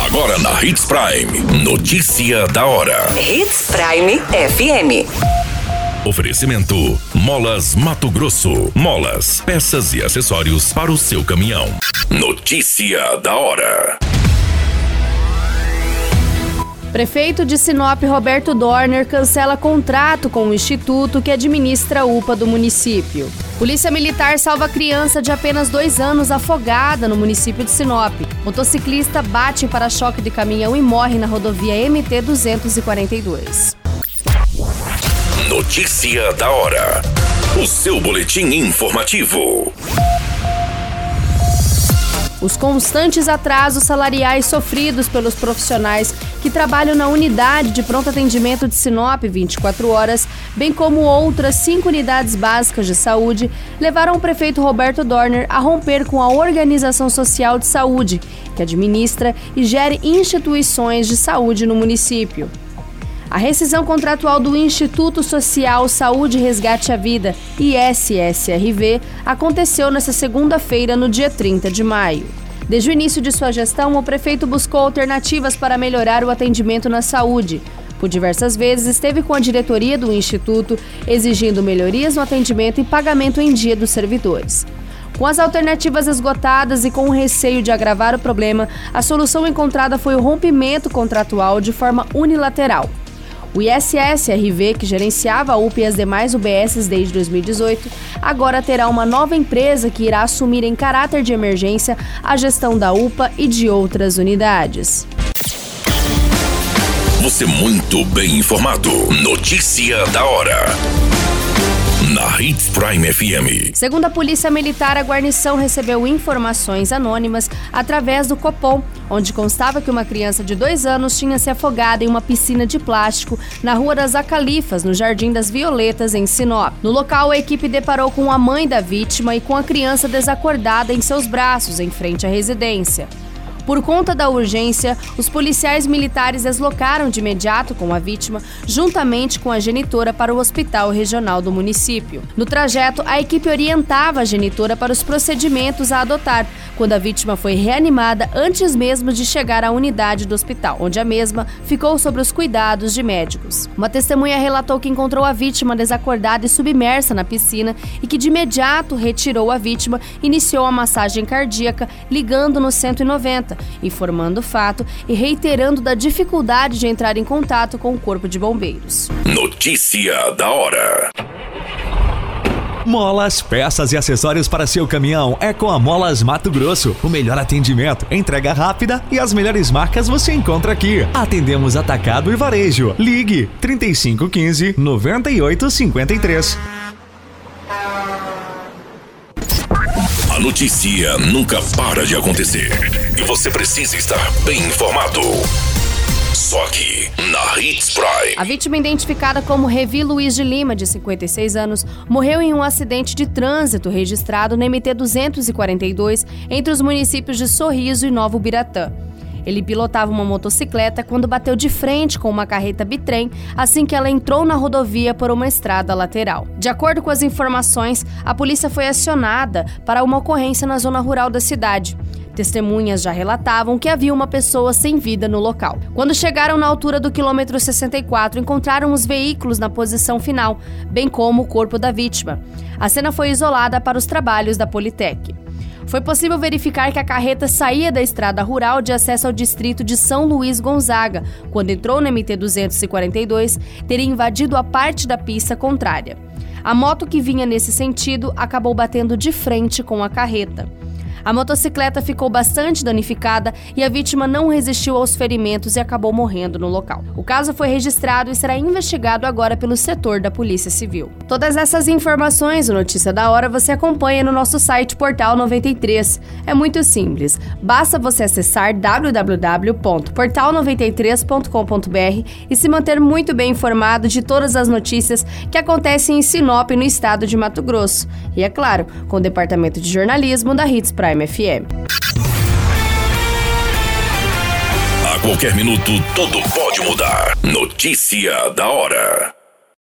Agora na Hits Prime, notícia da hora. Hits Prime FM. Oferecimento Molas Mato Grosso. Molas, peças e acessórios para o seu caminhão. Notícia da hora. Prefeito de Sinop, Roberto Dorner, cancela contrato com o instituto que administra a UPA do município. Polícia Militar salva criança de apenas 2 anos afogada no município de Sinop. Motociclista bate em para-choque de caminhão e morre na rodovia MT-242. Notícia da hora. O seu boletim informativo. Os constantes atrasos salariais sofridos pelos profissionais que trabalham na unidade de pronto atendimento de Sinop 24 horas, bem como outras 5 unidades básicas de saúde, levaram o prefeito Roberto Dorner a romper com a Organização Social de Saúde, que administra e gere instituições de saúde no município. A rescisão contratual do Instituto Social Saúde e Resgate à Vida, ISSRV, aconteceu nesta segunda-feira, no dia 30 de maio. Desde o início de sua gestão, o prefeito buscou alternativas para melhorar o atendimento na saúde. Por diversas vezes, esteve com a diretoria do Instituto, exigindo melhorias no atendimento e pagamento em dia dos servidores. Com as alternativas esgotadas e com o receio de agravar o problema, a solução encontrada foi o rompimento contratual de forma unilateral. O ISSRV, que gerenciava a UPA e as demais UBSs desde 2018, agora terá uma nova empresa que irá assumir em caráter de emergência a gestão da UPA e de outras unidades. Você muito bem informado. Notícia da hora. Na Hits Prime FM. Segundo a Polícia Militar, a guarnição recebeu informações anônimas através do Copom, onde constava que uma criança de 2 anos tinha se afogado em uma piscina de plástico na Rua das Acalifas, no Jardim das Violetas, em Sinop. No local, a equipe deparou com a mãe da vítima e com a criança desacordada em seus braços, em frente à residência. Por conta da urgência, os policiais militares deslocaram de imediato com a vítima, juntamente com a genitora, para o hospital regional do município. No trajeto, a equipe orientava a genitora para os procedimentos a adotar, quando a vítima foi reanimada antes mesmo de chegar à unidade do hospital, onde a mesma ficou sob os cuidados de médicos. Uma testemunha relatou que encontrou a vítima desacordada e submersa na piscina e que de imediato retirou a vítima e iniciou a massagem cardíaca, ligando no 190. Informando o fato e reiterando da dificuldade de entrar em contato com o Corpo de Bombeiros. Notícia da hora. Molas, peças e acessórios para seu caminhão é com a Molas Mato Grosso. O melhor atendimento, entrega rápida e as melhores marcas você encontra aqui. Atendemos atacado e varejo. Ligue 3515-9853. A notícia nunca para de acontecer e você precisa estar bem informado. Só aqui, na Hits Prime. A vítima, identificada como Revi Luiz de Lima, de 56 anos, morreu em um acidente de trânsito registrado na MT-242 entre os municípios de Sorriso e Novo Biratã. Ele pilotava uma motocicleta quando bateu de frente com uma carreta bitrem assim que ela entrou na rodovia por uma estrada lateral. De acordo com as informações, a polícia foi acionada para uma ocorrência na zona rural da cidade. Testemunhas já relatavam que havia uma pessoa sem vida no local. Quando chegaram na altura do quilômetro 64, encontraram os veículos na posição final, bem como o corpo da vítima. A cena foi isolada para os trabalhos da Politec. Foi possível verificar que a carreta saía da estrada rural de acesso ao distrito de São Luís Gonzaga. Quando entrou no MT-242, teria invadido a parte da pista contrária. A moto que vinha nesse sentido acabou batendo de frente com a carreta. A motocicleta ficou bastante danificada e a vítima não resistiu aos ferimentos e acabou morrendo no local. O caso foi registrado e será investigado agora pelo setor da Polícia Civil. Todas essas informações, o Notícia da Hora, você acompanha no nosso site Portal 93. É muito simples. Basta você acessar www.portal93.com.br e se manter muito bem informado de todas as notícias que acontecem em Sinop, no estado de Mato Grosso. E, é claro, com o Departamento de Jornalismo da Hits Prime FM. A qualquer minuto, tudo pode mudar. Notícia da hora.